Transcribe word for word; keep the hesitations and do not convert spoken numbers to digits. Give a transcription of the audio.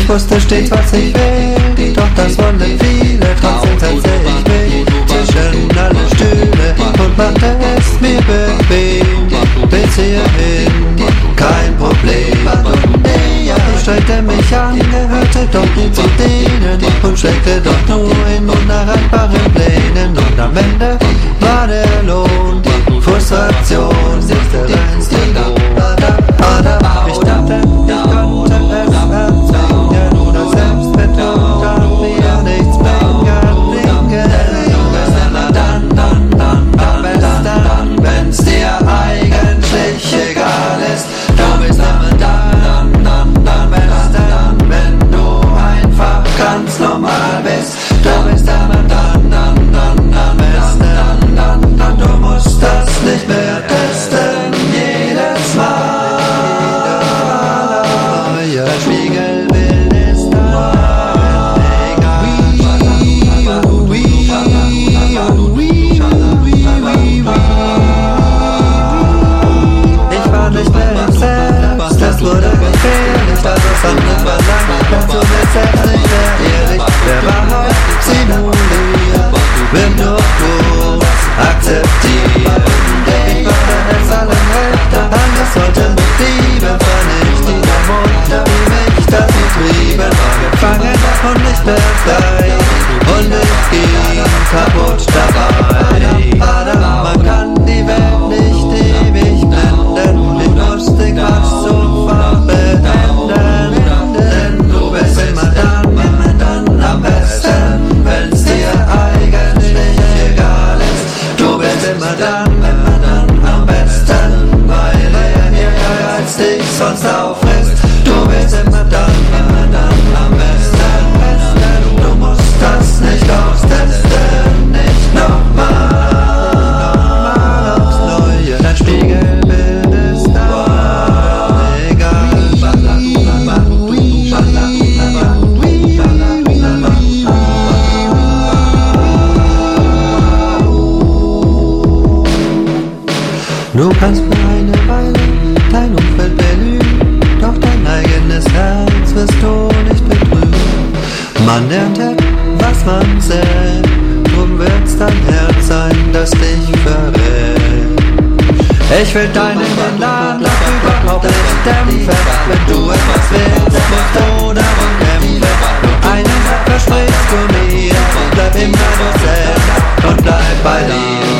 Ich wusste stets, was ich will, doch das wollen viele. Trotzdem setzte ich mich zwischen alle Stühle und machte es mir bequem. Bis hierhin, kein Problem. Ich strengte mich an, gehörte doch nie zu denen und steckte doch nur in unerreichbaren Plänen. Und am Ende war der Lohn Frustration, ist der reinste Lohn. Ich dachte, ich konnte es erzwingen, oder Selbstbetrug kann mir nichts bringen. Du bist immer dann, dann, dann, dann, besten, wenn's dir eigentlich egal ist. Du bist immer dann, dann, dann, dann, besten, wenn du einfach ganz normal bist. Du bist immer dann, dann, dann, dann, besten, dann, dann, du musst das nicht mehr testen, jedes Mal. Das Spiegelbild ist da, egal. Ich war nicht mehr ich selbst, es wurde gefährlich, das was anderes verlangt, dazu wird selbst nicht mehr ehrlich. Der Wahrheit simuliert, wird nur kurz akzeptiert. Ich würde es allen recht, alles sollte mit Liebe vernichten. Der Mutter wie mich, dass sie trieben, war gefangen und nicht befreit. Und ich ging kaputt dabei. Man kann die Welt nicht ewig blenden, ich musste Quatsch sofort beenden. Denn du bist immer dann, immer dann am besten, wenn's dir eigentlich egal ist. Du bist immer dann, immer dann am besten, weil er mir als dich sonst auffrisst. Du bist immer dann, immer dann am besten, besten. Du musst das nicht austesten, nicht nochmal aufs Neue. Dein Spiegelbild ist da, egal. Du kannst für eine Weile dein Umfeld belügen, doch dein eigenes Herz wirst du nicht betrügen. Man lernt ja, was man sät, drum wird's dein Herz sein, das dich verrät. Ich will deinen Elan überhaupt nicht dämpfen, wenn du etwas willst, musst du darum kämpfen. Nur einen versprichst du mir, bleib immer du selbst und bleib bei dir.